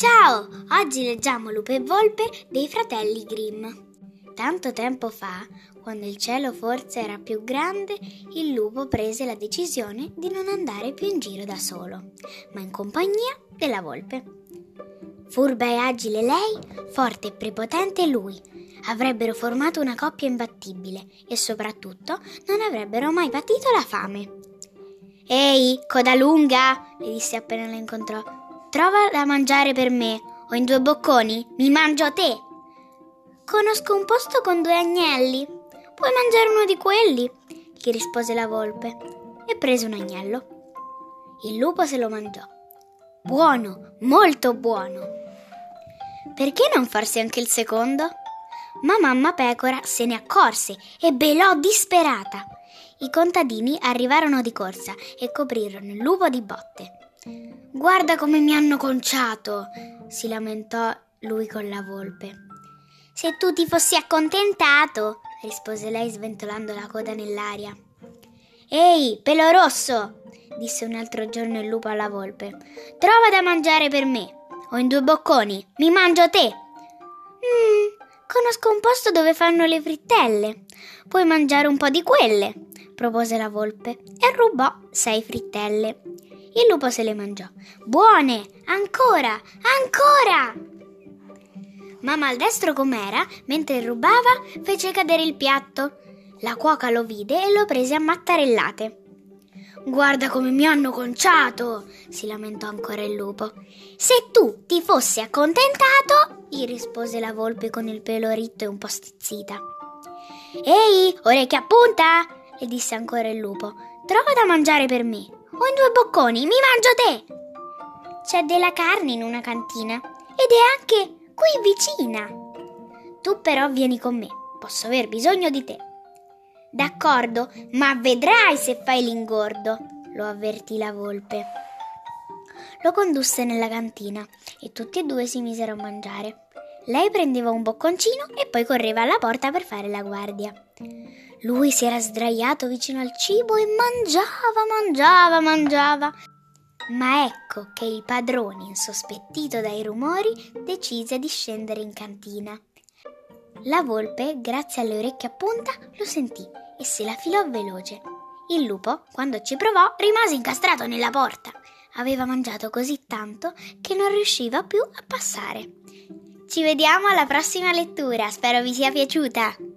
Ciao! Oggi leggiamo Lupo e Volpe dei fratelli Grimm. Tanto tempo fa, quando il cielo forse era più grande, il lupo prese la decisione di non andare più in giro da solo, ma in compagnia della volpe. Furba e agile lei, forte e prepotente lui. Avrebbero formato una coppia imbattibile e soprattutto non avrebbero mai patito la fame. «Ehi, coda lunga!» le disse appena la incontrò. «Trova da mangiare per me, o in 2 bocconi mi mangio te!» «Conosco un posto con 2 agnelli. Puoi mangiare uno di quelli?» gli rispose la volpe e prese un agnello. Il lupo se lo mangiò. Buono, molto buono! Perché non farsi anche il secondo? Ma mamma pecora se ne accorse e belò disperata. I contadini arrivarono di corsa e coprirono il lupo di botte. «Guarda come mi hanno conciato!» si lamentò lui con la volpe. «Se tu ti fossi accontentato!» rispose lei sventolando la coda nell'aria. «Ehi, pelo rosso!» disse un altro giorno il lupo alla volpe. «Trova da mangiare per me, o in 2 bocconi mi mangio te!» «Conosco un posto dove fanno le frittelle. Puoi mangiare un po' di quelle!» propose la volpe e rubò 6 frittelle. Il lupo se le mangiò. «Buone! Ancora! Ancora!» Ma maldestro com'era, mentre rubava, fece cadere il piatto. La cuoca lo vide e lo prese a mattarellate. «Guarda come mi hanno conciato!» si lamentò ancora il lupo. «Se tu ti fossi accontentato!» gli rispose la volpe con il pelo ritto e un po' stizzita. «Ehi, orecchia a punta!» le disse ancora il lupo. «Trova da mangiare per me, o in 2 bocconi mi mangio te!» «C'è della carne in una cantina ed è anche qui vicina. Tu però vieni con me, posso aver bisogno di te.» «D'accordo, ma vedrai se fai l'ingordo», lo avvertì la volpe. Lo condusse nella cantina e tutti e 2 si misero a mangiare. Lei prendeva un bocconcino e poi correva alla porta per fare la guardia. Lui si era sdraiato vicino al cibo e mangiava. Ma ecco che il padrone, insospettito dai rumori, decise di scendere in cantina. La volpe, grazie alle orecchie a punta, lo sentì e se la filò veloce. Il lupo, quando ci provò, rimase incastrato nella porta. Aveva mangiato così tanto che non riusciva più a passare. Ci vediamo alla prossima lettura, spero vi sia piaciuta!